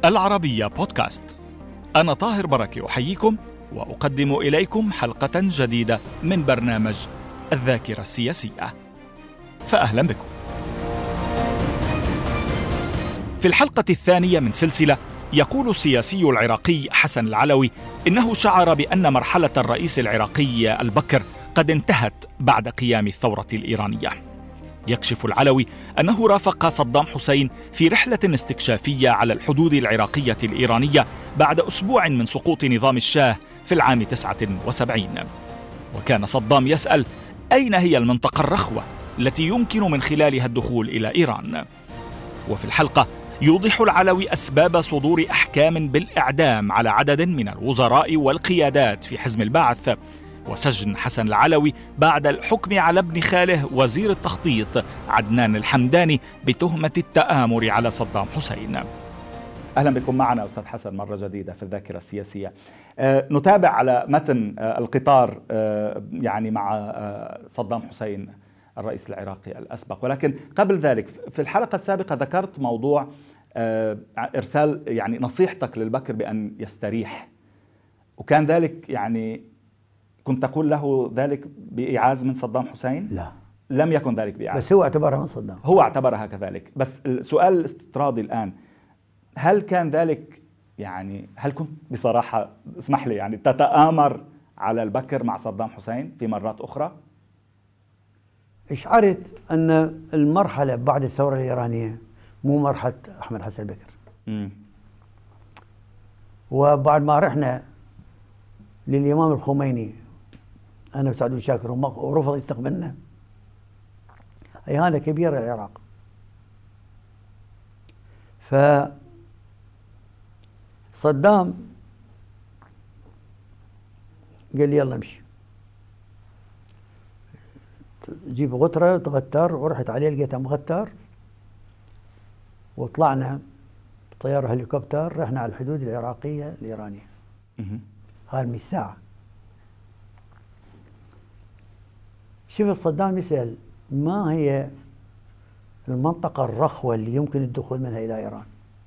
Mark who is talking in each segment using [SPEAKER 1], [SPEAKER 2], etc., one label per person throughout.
[SPEAKER 1] العربية بودكاست. أنا طاهر بركة أحييكم وأقدم إليكم حلقة جديدة من برنامج الذاكرة السياسية، فأهلا بكم. في الحلقة الثانية من سلسلة يقول السياسي العراقي حسن العلوي إنه شعر بأن مرحلة الرئيس العراقي البكر قد انتهت بعد قيام الثورة الإيرانية. يكشف العلوي أنه رافق صدام حسين في رحلة استكشافية على الحدود العراقية الإيرانية بعد أسبوع من سقوط نظام الشاه في العام 79، وكان صدام يسأل أين هي المنطقة الرخوة التي يمكن من خلالها الدخول إلى إيران. وفي الحلقة يوضح العلوي أسباب صدور أحكام بالإعدام على عدد من الوزراء والقيادات في حزب البعث، وسجن حسن العلوي بعد الحكم على ابن خاله وزير التخطيط عدنان الحمداني بتهمة التآمر على صدام حسين. أهلا بكم معنا أستاذ حسن مرة جديدة في الذاكرة السياسية. نتابع على متن القطار يعني مع صدام حسين الرئيس العراقي الأسبق، ولكن قبل ذلك في الحلقة السابقة ذكرت موضوع إرسال يعني نصيحتك للبكر بأن يستريح، وكان ذلك يعني كنت تقول له ذلك بإيعاز من صدام حسين؟
[SPEAKER 2] لا،
[SPEAKER 1] لم يكن ذلك بإيعاز،
[SPEAKER 2] بس هو اعتبرها من صدام،
[SPEAKER 1] هو اعتبرها كذلك. بس السؤال الاستطرادي الآن، هل كان ذلك يعني هل كنت بصراحة اسمح لي يعني تتآمر على البكر مع صدام حسين في مرات أخرى؟
[SPEAKER 2] شعرت أن المرحلة بعد الثورة الإيرانية مو مرحلة أحمد حسن البكر. وبعد ما رحنا للإمام الخميني أنا وسعد بن شاكر ورفض يستقبلنا، إهانة كبيرة للعراق. فصدام قال لي يلا امشي، جيب غترة تغتر، ورحت عليه لقيته مغتر، وطلعنا بطيارة هليكوبتر رحنا على الحدود العراقية الإيرانية. هاي من الساعة شفت صدام يسأل ما هي المنطقة الرخوة اللي يمكن الدخول منها إلى إيران.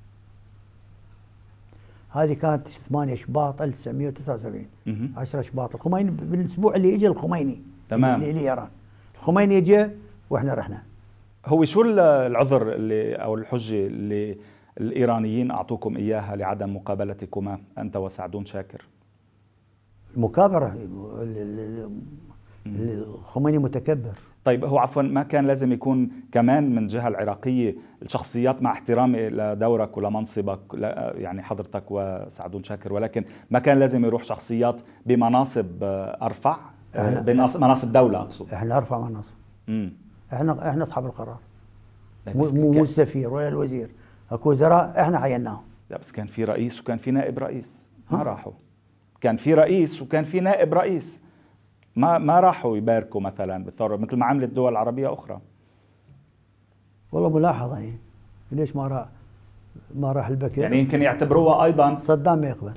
[SPEAKER 2] هذه كانت 8 شباط 1979، 10 شباط. الخميني بالأسبوع اللي إجا الخميني
[SPEAKER 1] تمام
[SPEAKER 2] لإيران، الخميني إجا وإحنا رحنا.
[SPEAKER 1] هو شو العذر اللي أو الحجة اللي الإيرانيين أعطوكم إياها لعدم مقابلتكما أنت وسعدون شاكر؟
[SPEAKER 2] المكابرة، الخميني متكبر.
[SPEAKER 1] طيب هو عفوا ما كان لازم يكون كمان من جهة العراقية الشخصيات، مع احترامي لدورك ولمنصبك يعني حضرتك وسعدون شاكر، ولكن ما كان لازم يروح شخصيات بمناصب أرفع، مناصب دولة أقصد؟
[SPEAKER 2] احنا أرفع مناصب. احنا أصحاب القرار، مو السفير ولا الوزير. اكو وزراء احنا عيناهم.
[SPEAKER 1] لا بس كان في رئيس وكان في نائب رئيس ما راحوا. كان في رئيس وكان في نائب رئيس ما راحوا يباركوا مثلا بالثورة مثل ما عملت دول عربية أخرى.
[SPEAKER 2] والله ملاحظة هي، ليش ما راح البكر؟
[SPEAKER 1] يعني يمكن يعتبروها أيضا
[SPEAKER 2] صدام ما يقبل.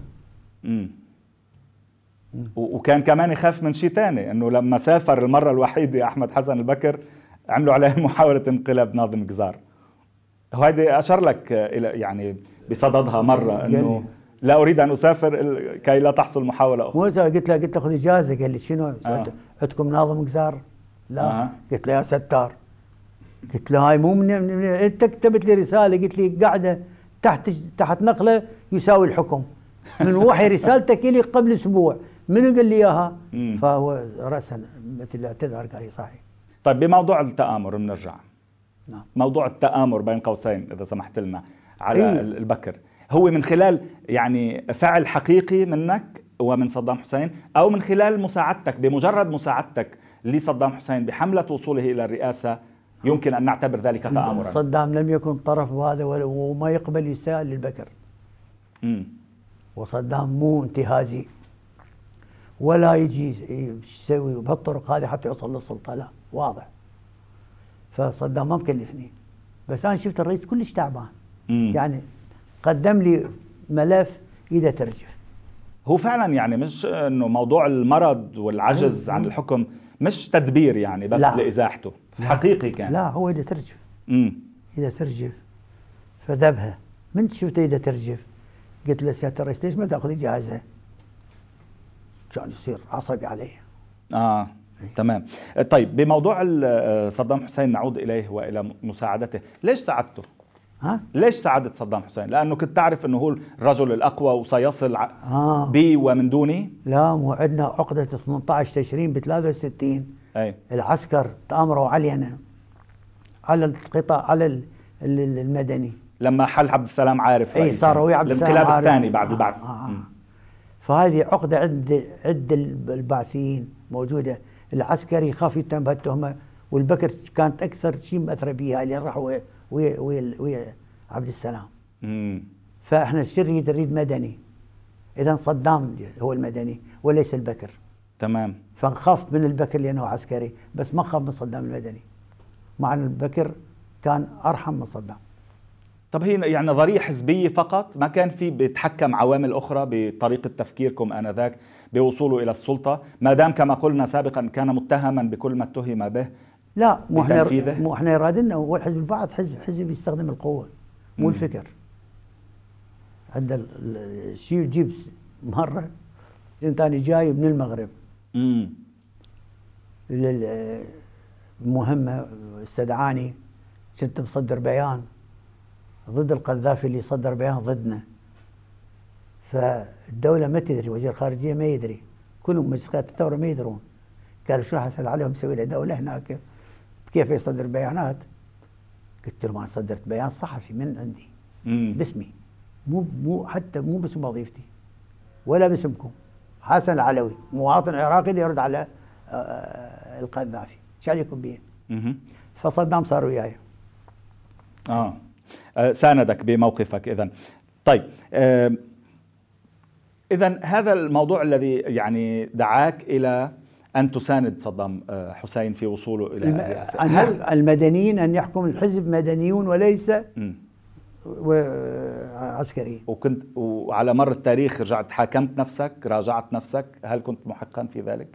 [SPEAKER 1] وكان كمان يخاف من شيء ثاني، أنه لما سافر المرة الوحيدة أحمد حسن البكر عملوا عليه محاولة انقلاب ناظم جزار. وهذه أشار لك يعني بصددها مرة أنه لا أريد أن أسافر كي لا تحصل محاولة أخرى.
[SPEAKER 2] مو قلت له خذ إجازة. قال لي شنو عندكم ناظم جزار؟ لا. قلت له يا ستار، قلت له هاي مو من أنت كتبت لي رسالة قلت لي قاعدة تحت نقلة يساوي الحكم من وحي رسالتك إلي قبل أسبوع، منو قال لي إياها؟ فهو رأسا مثل اعتذر قال لي صحيح.
[SPEAKER 1] طيب بموضوع التآمر بنرجع.
[SPEAKER 2] نعم.
[SPEAKER 1] موضوع التآمر بين قوسين إذا سمحت لنا على البكر، هو من خلال يعني فعل حقيقي منك ومن صدام حسين، أو من خلال مساعدتك، بمجرد مساعدتك لصدام حسين بحملة وصوله إلى الرئاسة يمكن أن نعتبر ذلك تآمرا؟ صدام
[SPEAKER 2] لم يكن طرف بهذا وما يقبل يساءل للبكر. وصدام مو انتهازي ولا يجي يسوي بهالطرق هذه حتى يوصل للسلطة، لا واضح. فصدام ما مكلفني، بس أنا شفت الرئيس كلش تعبان. يعني قدم لي ملف إذا ترجف.
[SPEAKER 1] هو فعلا يعني مش انه موضوع المرض والعجز عن الحكم مش تدبير يعني بس لا. لإزاحته حقيقي كان.
[SPEAKER 2] لا هو إذا ترجف. إذا ترجف فذبها من شفته إذا ترجف قلت له سيادة الرئيس ليش ما تاخذ اجازه؟ كان يصير عصبي علي.
[SPEAKER 1] تمام. طيب بموضوع صدام حسين نعود اليه والى مساعدته، ليش ساعدته؟ ليش ساعدت صدام حسين؟ لانه كنت تعرف انه هو الرجل الاقوى وسيصل بي ومن دوني؟
[SPEAKER 2] لا، مو عندنا عقده 18 تشرين ب 63. العسكر تامروا علينا على القطاع، على المدني،
[SPEAKER 1] لما حل عبد السلام عارف
[SPEAKER 2] رئيس صار ويا عبد السلام
[SPEAKER 1] الانقلاب الثاني بعد البعث.
[SPEAKER 2] فهذه عقده عند البعثيين موجوده. العسكري يخاف يتهم بهالتهمه، والبكر كانت اكثر شيء مأثره بها اللي راح ويا عبد السلام. فاحنا الشر نريد مدني، اذا صدام هو المدني وليس البكر.
[SPEAKER 1] تمام.
[SPEAKER 2] فنخاف من البكر لانه عسكري، بس ما خاف من صدام المدني، مع ان البكر كان ارحم من صدام.
[SPEAKER 1] طب هي يعني نظريه حزبيه فقط، ما كان في بيتحكم عوامل اخرى بطريقه تفكيركم انذاك بوصوله الى السلطه، ما دام كما قلنا سابقا كان متهما بكل ما اتهم به؟
[SPEAKER 2] لا، مو احنا رادنا. هو حزب البعث حزب يستخدم القوه، مو الفكر. عند الشيء يجيب مره ثاني جاي من المغرب للمهمه، استدعاني، كنت مصدر بيان ضد القذافي اللي صدر بيان ضدنا. فالدوله ما تدري، وزير الخارجيه ما يدري، كلهم مجلسات الثوره ما يدرون. قالوا شو حصل عليهم مسوي له دوله هناك، كيف يصدر بيانات؟ قلت له ما صدرت بيان صحفي من عندي باسمي، مو حتى مو باسم وظيفتي ولا باسمكم. حسن العلوي مواطن عراقي يرد على القذافي، شو عليكم به؟ فصدام صار وياي.
[SPEAKER 1] ساندك بموقفك اذا. طيب اذا هذا الموضوع الذي يعني دعاك الى أن تساند صدام حسين في وصوله إلى الرئاسة.
[SPEAKER 2] المدنيين أن يحكم الحزب مدنيون وليس عسكريين.
[SPEAKER 1] وعلى مر التاريخ رجعت حاكمت نفسك، راجعت نفسك، هل كنت محقا في ذلك؟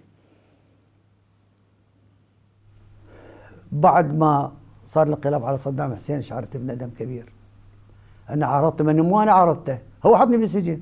[SPEAKER 2] بعد ما صار الانقلاب على صدام حسين شعرت بندم كبير. أنا عرضت، من مو أنا عرضته، هو حطني بالسجن.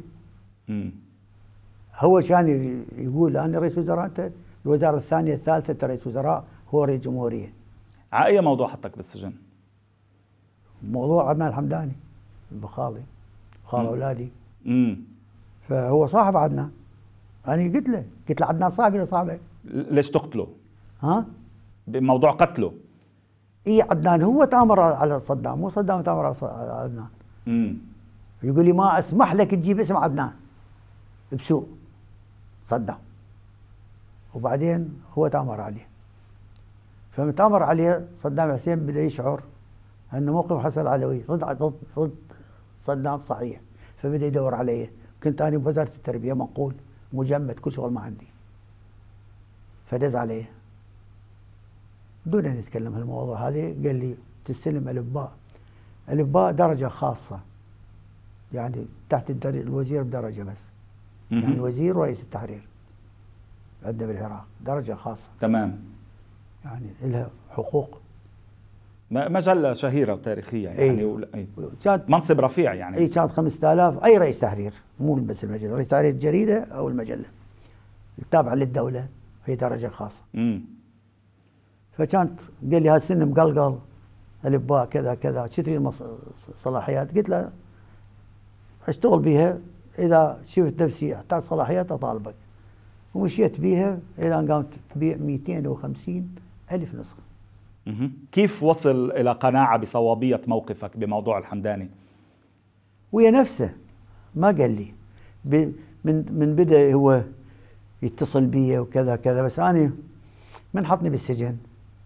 [SPEAKER 2] هو كان يقول أنا رئيس وزراء، أنت الوزارة الثانية الثالثة رئيس وزراء، هو رئيس جمهورية.
[SPEAKER 1] على أي موضوع حطك بالسجن؟
[SPEAKER 2] موضوع عدنان الحمداني، بخالي، خال أولادي. فهو صاحب عدنان. أنا قلت له عدنان صاحبي ولا صاحبك؟
[SPEAKER 1] ليش تقتله؟ بموضوع قتله؟
[SPEAKER 2] إيه، عدنان هو تآمر على صدام، مو صدام تآمر على عدنان. يقول لي ما أسمح لك تجيب اسم عدنان بسوء صدام. وبعدين هو تآمر عليه. فمتآمر عليه صدام حسين بدأ يشعر أن موقف حسن العلوي ضد صدام صحيح، فبدأ يدور علي. كنت أنا بوزارة التربية منقول مجمد، كل شغل ما عندي. فدز علي دون أن نتكلم هالموضوع هذه، قال لي تستلم الإباء. الإباء درجة خاصة، يعني تحت الوزير بدرجة بس، يعني الوزير ورئيس التحرير عندنا بالعراق درجة خاصة.
[SPEAKER 1] تمام.
[SPEAKER 2] يعني لها حقوق.
[SPEAKER 1] مجلة شهيرة وتاريخية يعني. منصب رفيع يعني.
[SPEAKER 2] اي كانت 5000 اي رئيس تحرير، مو بس المجلة، رئيس تحرير الجريدة او المجلة التابعة للدولة، هي درجة خاصة. فكانت قال لي هذا سن مقلقل، الاباء كذا كذا، شو تريد صلاحيات؟ قلت له اشتغل بها، اذا شفت نفسي احتاج صلاحيات اطالبك. ومشيت بيها الى ان قامت تبيع 250,000 نسخة.
[SPEAKER 1] كيف وصل الى قناعة بصوابية موقفك بموضوع الحمداني؟
[SPEAKER 2] ويا نفسه ما قال لي، من بدأ هو يتصل بي وكذا كذا، بس أنا من حطني بالسجن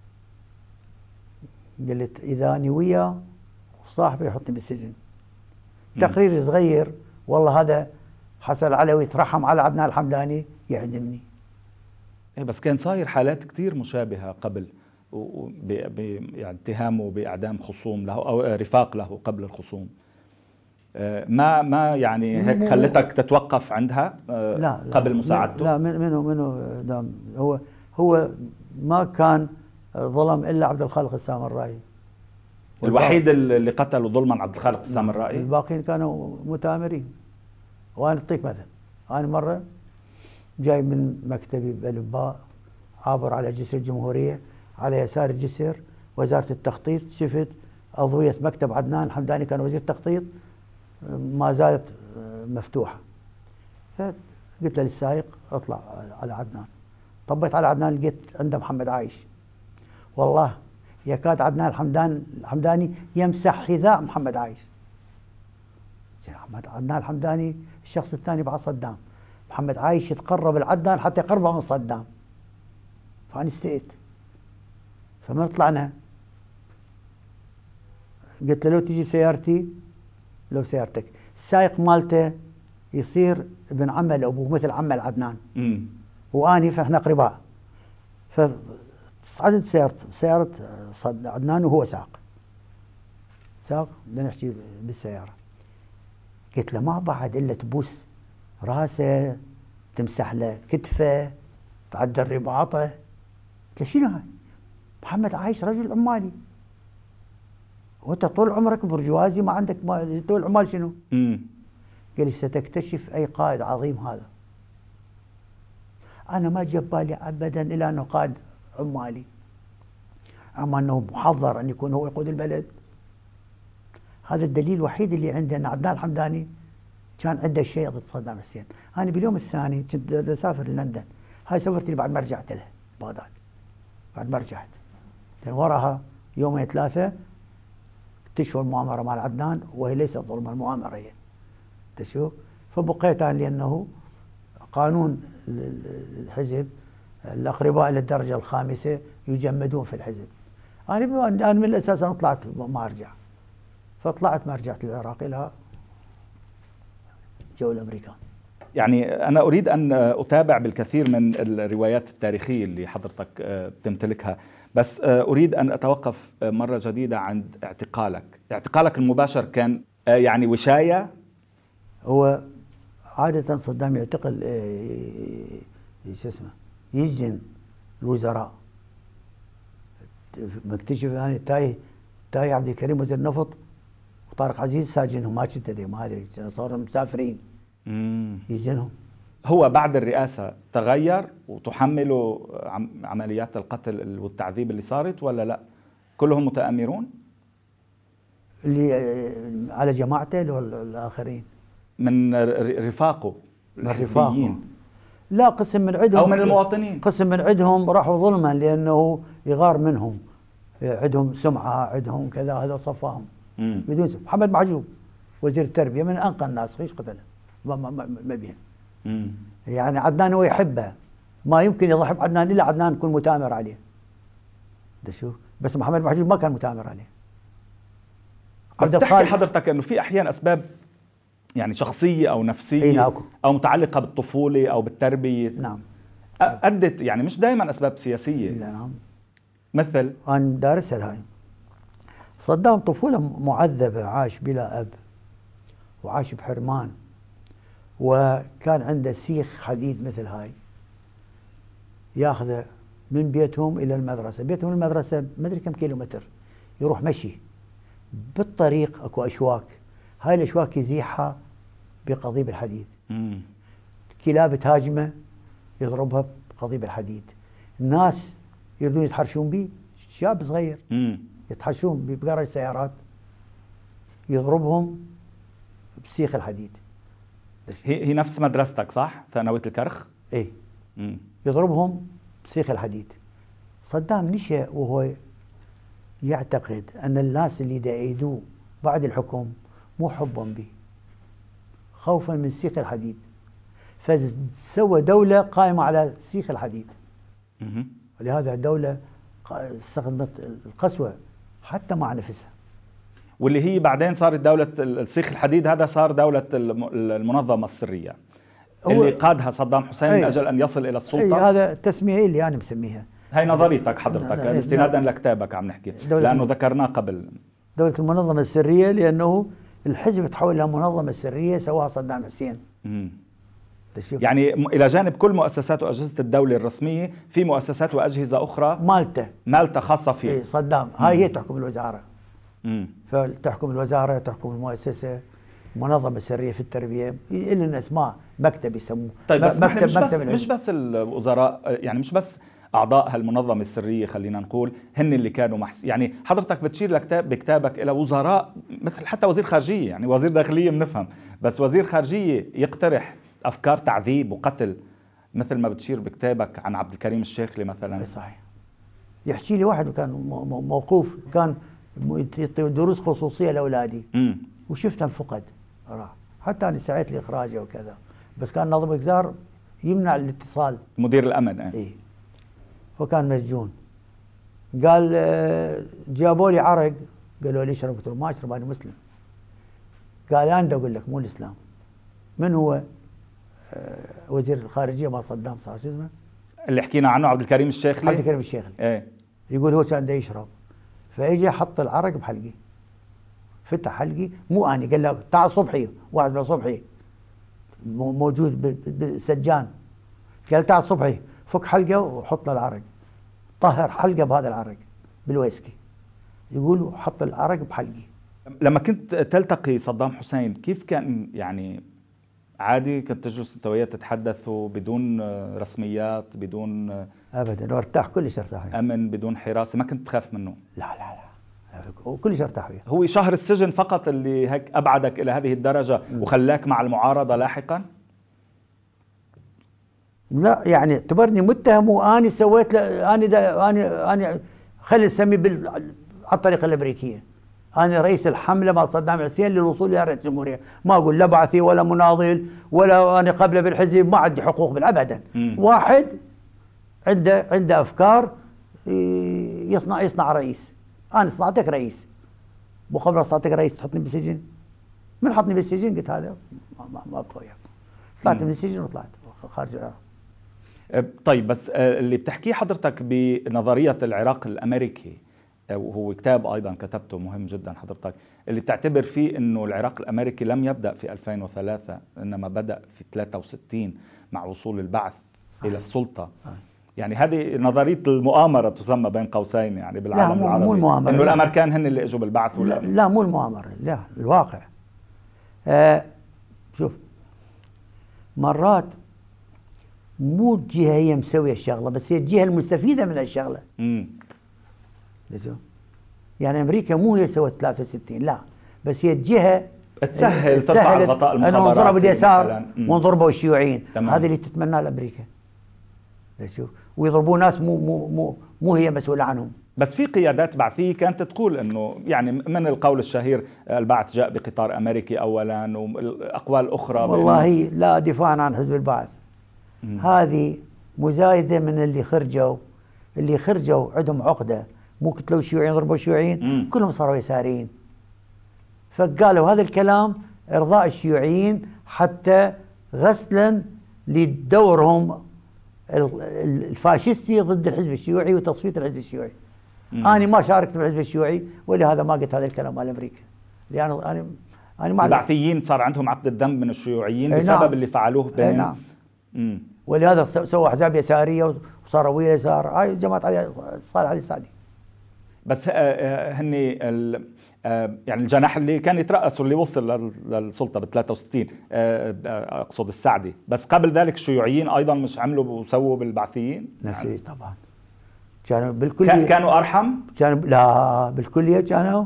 [SPEAKER 2] قلت إذا أنا وياه صاحبي يحطني بالسجن. تقرير صغير، والله هذا حسن العلوي ترحم على عدنان الحمداني، يعدمني.
[SPEAKER 1] بس كان صاير حالات كتير مشابهة قبل، يعني اتهامه بإعدام خصوم له أو رفاق له قبل الخصوم. ما يعني هيك خلتك تتوقف عندها
[SPEAKER 2] لا
[SPEAKER 1] قبل مساعدته؟
[SPEAKER 2] لا منه هو ما كان ظلم إلا عبد الخالق السامرائي،
[SPEAKER 1] الوحيد اللي قتلوا ظلما عبد الخالق السامرائي.
[SPEAKER 2] الباقيين كانوا متآمرين. وأنا أعطيك مثل. أنا مرة جاي من مكتبي بلباء، عابر على جسر الجمهورية، على يسار الجسر وزارة التخطيط، شفت أضوية مكتب عدنان الحمداني كان وزير التخطيط ما زالت مفتوحة. فقلت للسائق اطلع على عدنان. طبيت على عدنان لقيت عنده محمد عايش. والله يكاد عدنان الحمداني يمسح حذاء محمد عايش. عدنان الحمداني الشخص الثاني بعد صدام، محمد عايش يتقرب لعدنان حتى يقربه من صدام. فأنا استئت. فمن طلعنا قلت له لو تجي بسيارتي لو سيارتك، السائق مالته يصير ابن عمه لأبوه مثل عمه لعدنان وأني فإحنا قرباء. فصعدت بسيارة عدنان وهو ساق بدنا نحكي بالسيارة. قلت له ما بعد إلا تبوس راسه، تمسح له كتفه، تعدل رباطه. قلت له شنو هاي؟ محمد عايش رجل عمالي، وانت طول عمرك برجوازي ما عندك طول العمال شنو؟ قال لي ستكتشف اي قائد عظيم هذا. انا ما جاب بالي ابدا الى انه قائد عمالي، اما انه محضر ان يكون هو يقود البلد. هذا الدليل الوحيد اللي عندي ان عدنان الحمداني كان عنده شيء ضد صدام حسين. انا باليوم الثاني كنت اسافر لندن، هاي سفرتي بعد ما رجعت لها بغداد، بعد ما رجعت لان وراها يومين ثلاثه اكتشفوا المؤامره مال عدنان وهي ليست ظلما، المؤامره هي تشوف. فبقيت انا لانه قانون الحزب الاقرباء للدرجه الخامسه يجمدون في الحزب. انا من الاساس انا طلعت ما ارجع، فطلعت ما رجعت للعراق الى جو الامريكان.
[SPEAKER 1] يعني أنا أريد أن أتابع بالكثير من الروايات التاريخية اللي حضرتك تمتلكها، بس أريد أن أتوقف مرة جديدة عند اعتقالك المباشر كان يعني وشاية؟
[SPEAKER 2] هو عادة صدام يعتقل يسجن الوزراء. مكتشف يعني تاي عبد الكريم وزير النفط وطارق عزيز ساجنهم، ما كنت ادري، ما ادري صاروا مسافرين يسجنهم.
[SPEAKER 1] هو بعد الرئاسة تغير وتحملوا عمليات القتل والتعذيب اللي صارت ولا لا؟ كلهم متآمرون؟
[SPEAKER 2] اللي على جماعته ولا الآخرين؟
[SPEAKER 1] من رفاقه الحزبيين؟
[SPEAKER 2] لا، قسم من عندهم
[SPEAKER 1] أو من المواطنين،
[SPEAKER 2] قسم من عندهم راحوا ظلما لأنه يغار منهم، عندهم سمعة، عندهم كذا، هذا صفاهم بدون سمعة. محمد معجوب وزير التربية من أنقى الناس، فيش قتله ما بيهم. يعني عدنان هو يحبه، ما يمكن يضحي بعدنان إلا عدنان يكون متآمر عليه. ده شوف، بس محمد معجوب ما كان متآمر عليه.
[SPEAKER 1] بس تحكي حضرتك انه في احيانا اسباب يعني شخصيه او نفسيه او متعلقه بالطفوله او بالتربيه.
[SPEAKER 2] نعم.
[SPEAKER 1] ادت يعني مش دائما اسباب سياسيه.
[SPEAKER 2] نعم.
[SPEAKER 1] مثل
[SPEAKER 2] انا دارسها هاي. صدام طفوله معذبه، عاش بلا اب وعاش بحرمان، وكان عنده سيخ حديد مثل هاي ياخذه من بيتهم الى المدرسه، بيتهم المدرسه ما ادري كم كيلومتر، يروح مشي بالطريق اكو اشواك، هاي الاشواك يزيحها بقضيب الحديد. كلاب تهاجمه يضربها بقضيب الحديد. الناس يريدون يتحرشون به، شاب صغير يتحرشون بقرج السيارات يضربهم بسيخ الحديد.
[SPEAKER 1] هي نفس مدرستك صح؟ ثانوية الكرخ؟
[SPEAKER 2] ايه. يضربهم بسيخ الحديد. صدام نشأ وهو يعتقد أن الناس اللي يأيدوه بعد الحكم مو حبا به، خوفا من سيخ الحديد، فسوى دولة قائمة على سيخ الحديد. ولهذا الدولة استخدمت القسوة حتى مع نفسها،
[SPEAKER 1] واللي هي بعدين صارت دولة السيخ الحديد. هذا صار دولة المنظمة السرية اللي قادها صدام حسين من أجل أن يصل إلى السلطة.
[SPEAKER 2] هذا التسمية اللي أنا مسميها.
[SPEAKER 1] هاي نظريتك حضرتك استنادا لكتابك عم نحكي، لأنه ذكرناه قبل.
[SPEAKER 2] دولة المنظمة السرية لأنه الحزب تحول إلى منظمة سرية سواها صدام حسين.
[SPEAKER 1] يعني إلى جانب كل مؤسسات وأجهزة الدولة الرسمية في مؤسسات وأجهزة أخرى مالته خاصة فيه.
[SPEAKER 2] صدام هاي هي تحكم الوزارة، فتحكم الوزارة، تحكم المؤسسة، منظمة سرية في التربية، لنا اسماء، مكتب يسموه.
[SPEAKER 1] طيب بس
[SPEAKER 2] مكتب
[SPEAKER 1] مش بس الوزراء، يعني مش بس أعضاء هالمنظمة السرية خلينا نقول هن اللي كانوا يعني حضرتك بتشير بكتابك إلى وزراء مثل حتى وزير خارجية، يعني وزير داخلية بنفهم، بس وزير خارجية يقترح أفكار تعذيب وقتل مثل ما بتشير بكتابك عن عبد الكريم الشيخلي مثلا.
[SPEAKER 2] صحيح. يحكي لي واحد كان موقوف، كان يعطي دروس خصوصية لأولادي وشفته انفقد راح، حتى أنا سعيت لإخراجه وكذا، بس كان ناظم إجزار يمنع الاتصال،
[SPEAKER 1] مدير الأمن.
[SPEAKER 2] إيه. فكان مسجون. قال جابوا لي عرق، قالوا لي اشرب، قلت له ما اشرب، انا مسلم. قال انا بدي اقول لك مو الاسلام. من هو؟ وزير الخارجيه مال صدام، صار شو اسمه؟
[SPEAKER 1] اللي حكينا عنه عبد الكريم الشيخلي.
[SPEAKER 2] عبد الكريم الشيخلي.
[SPEAKER 1] ايه.
[SPEAKER 2] يقول هو كان بده يشرب، فاجى حط العرق بحلقي، فتح حلقي، مو اني، قال له تعال صبحي، واحد من صبحي موجود بالسجان، قال تعال صبحي فك حلقه وحط له العرق، طهر حلقه بهذا العرق بالويسكي، يقول حط العرق بحلقي.
[SPEAKER 1] لما كنت تلتقي صدام حسين كيف كان؟ يعني عادي كنت تجلس انت وياه تتحدثوا بدون رسميات، بدون
[SPEAKER 2] ابدا، وارتاح كلش، ارتاح
[SPEAKER 1] امن، بدون حراسه، ما كنت تخاف منه؟
[SPEAKER 2] لا لا لا، كلش ارتاح وياه.
[SPEAKER 1] هو شهر السجن فقط اللي هيك ابعدك الى هذه الدرجه وخلاك مع المعارضه لاحقا؟
[SPEAKER 2] لا يعني اعتبرني متهم، واني سويت اني خلي نسمي على الطريقه الامريكيه، انا رئيس الحمله مع صدام حسين للوصول الى رئاسه الجمهوريه، ما اقول لا بعثي ولا مناضل ولا انا قبله بالحزب، ما عندي حقوق بالابدا. واحد عنده افكار يصنع رئيس، انا صنعتك رئيس، مو قبل صنعتك رئيس تحطني بالسجن؟ من حطني بالسجن؟ قلت هذا ما ابقى وياك، طلعت من السجن وطلعت خارج العراق.
[SPEAKER 1] طيب بس اللي بتحكيه حضرتك بنظرية العراق الأمريكي، وهو كتاب أيضا كتبته مهم جدا حضرتك، اللي بتعتبر فيه أنه العراق الأمريكي لم يبدأ في 2003 إنما بدأ في 63 مع وصول البعث إلى السلطة. يعني هذه نظرية المؤامرة تسمى بين قوسين يعني بالعالم العربي،
[SPEAKER 2] مو المؤامرة،
[SPEAKER 1] إنه الأمريكان هن اللي إجوا بالبعث.
[SPEAKER 2] لا مو المؤامرة، لا الواقع. شوف، مرات مو الجهة هي مسوية الشغلة، بس هي الجهة المستفيدة من الشغلة. يعني أمريكا مو هي سوت 63، لا، بس هي الجهة
[SPEAKER 1] تسهل ترفع الغطاء المخابراتي،
[SPEAKER 2] أنه انضرب اليسار وانضربوا الشيوعيين، هذا اللي تتمناه لأمريكا. ويضربوا ناس مو هي مسؤولة عنهم.
[SPEAKER 1] بس في قيادات بعثية كانت تقول أنه يعني من القول الشهير البعث جاء بقطار أمريكي أولا، والأقوال أخرى
[SPEAKER 2] والله لا دفاعا عن حزب البعث، هذه مزايدة من اللي خرجوا عندهم عقدة، مو قتلوا الشيوعيين ضربوا الشيوعيين، كلهم صاروا يساريين، فقالوا هذا الكلام إرضاء الشيوعيين حتى غسلا لدورهم الفاشستي ضد الحزب الشيوعي وتصفية الحزب الشيوعي. أنا ما شاركت بالحزب الشيوعي، ولهذا ما قلت هذا الكلام مال أمريكا، لأن أنا ما
[SPEAKER 1] البعثيين صار عندهم عقد الدم من الشيوعيين بسبب اللي فعلوه بهم.
[SPEAKER 2] نعم. ولهذا سووا أحزاب يسارية وصاروا ويا يسار، هاي جماعة صالح علي السعدي.
[SPEAKER 1] بس هن يعني الجناح اللي كان يترأس واللي وصل للسلطة ب 63 أقصد السعدي، بس قبل ذلك الشيوعيين أيضا مش عملوا وسووا بالبعثيين؟
[SPEAKER 2] نفس الشيء طبعا، كانوا بالكلية
[SPEAKER 1] كانوا أرحم؟
[SPEAKER 2] لا بالكلية كانوا،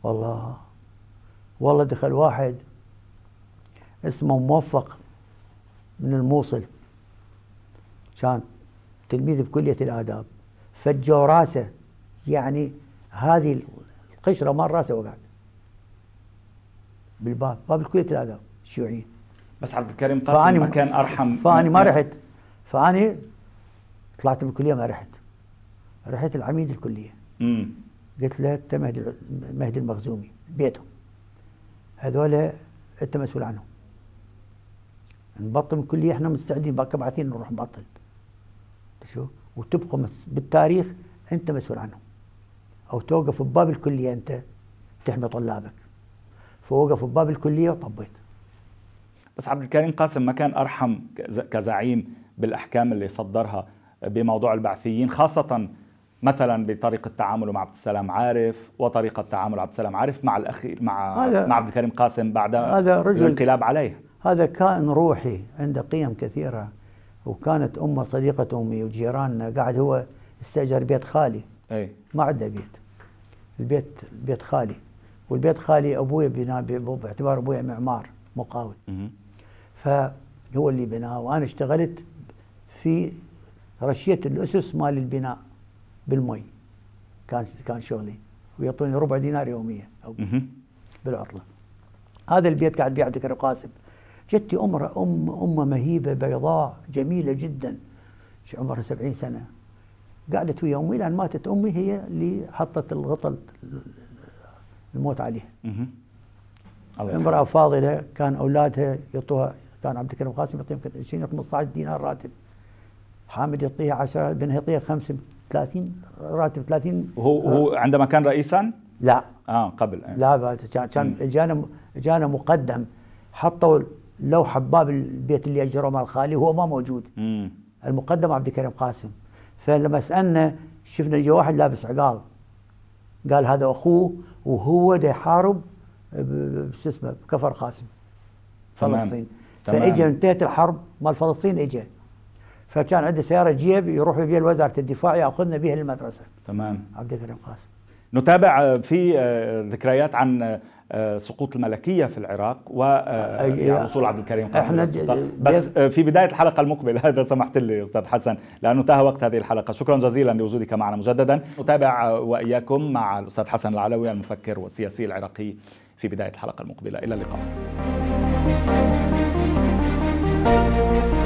[SPEAKER 2] والله دخل واحد اسمه موفق من الموصل، كان تلميذ بكلية الآداب، فجوا راسه، يعني هذه القشرة مال راسه وقعت بالباب، باب كلية الآداب الشيوعيين.
[SPEAKER 1] بس عبد الكريم قاسم ما كان أرحم؟
[SPEAKER 2] فأني ما رحت، فأني طلعت من الكلية، ما رحت العميد الكلية. قلت له أنت مهدي المخزومي بيتهم، هذول أنت مسؤول عنهم، نبطل من الكلية، احنا مستعدين باقي باعثين نروح نبطل، شو وتبقوا بالتاريخ أنت مسؤول عنهم، أو توقف بباب الكلية أنت تحمي طلابك. فوقف بباب الكلية وطبيت.
[SPEAKER 1] بس عبد الكريم قاسم ما كان أرحم كزعيم بالأحكام اللي صدرها بموضوع البعثيين، خاصة مثلا بطريقة تعامله مع عبد السلام عارف، وطريقة تعامل عبد السلام عارف مع الأخير مع عبد الكريم قاسم بعد الانقلاب عليه.
[SPEAKER 2] هذا كائن روحي عنده قيم كثيرة، وكانت أمه صديقة أمي وجيراننا. قاعد هو استأجر بيت خالي، ما عنده بيت، البيت خالي، والبيت خالي أبوي بناه باعتبار أبوي معمار مقاول، فهو اللي بناه. وأنا اشتغلت في رشية الأسس مال البناء بالمي، كان شغلي، ويعطوني ربع دينار يوميا أو بالعطلة. هذا البيت قاعد بيه عبد الكريم قاسم. جدتي أمه مهيبة بيضاء جميلة جدا، عمرها 70 سنة، قعدت ويا أمي لأن ماتت أمي، هي اللي حطت الغطل الموت عليها. امرأة فاضلة، كان أولادها يعطوها، كان عبد الكريم قاسم يعطيهم 20 15 دينار راتب، حامد يعطيها 10، بنها يعطيها 35 راتب 30.
[SPEAKER 1] وهو عندما كان رئيسا؟
[SPEAKER 2] لا
[SPEAKER 1] قبل.
[SPEAKER 2] لا، كان جانا مقدم، حطوا لوحة بباب البيت اللي أجره مال خالي وهو ما موجود. المقدم عبد الكريم قاسم. فلما سألنا شفنا جا واحد لابس عقال، قال هذا أخوه وهو دا يحارب شو اسمه بكفر قاسم فلسطين. فاجا انتهت الحرب مال فلسطين، اجا فكان عنده سيارة جيب يروح بها لوزارة الدفاع، يأخذنا بها للمدرسة.
[SPEAKER 1] تمام.
[SPEAKER 2] عبد الكريم قاسم.
[SPEAKER 1] نتابع في ذكريات عن سقوط الملكية في العراق ووصول عبد الكريم قاسم للسلطة، بس في بداية الحلقة المقبلة هذا سمحت لي أستاذ حسن لأنه انتهى وقت هذه الحلقة. شكرا جزيلا لوجودك معنا مجددا. نتابع وإياكم مع الأستاذ حسن العلوي المفكر والسياسي العراقي في بداية الحلقة المقبلة. إلى اللقاء.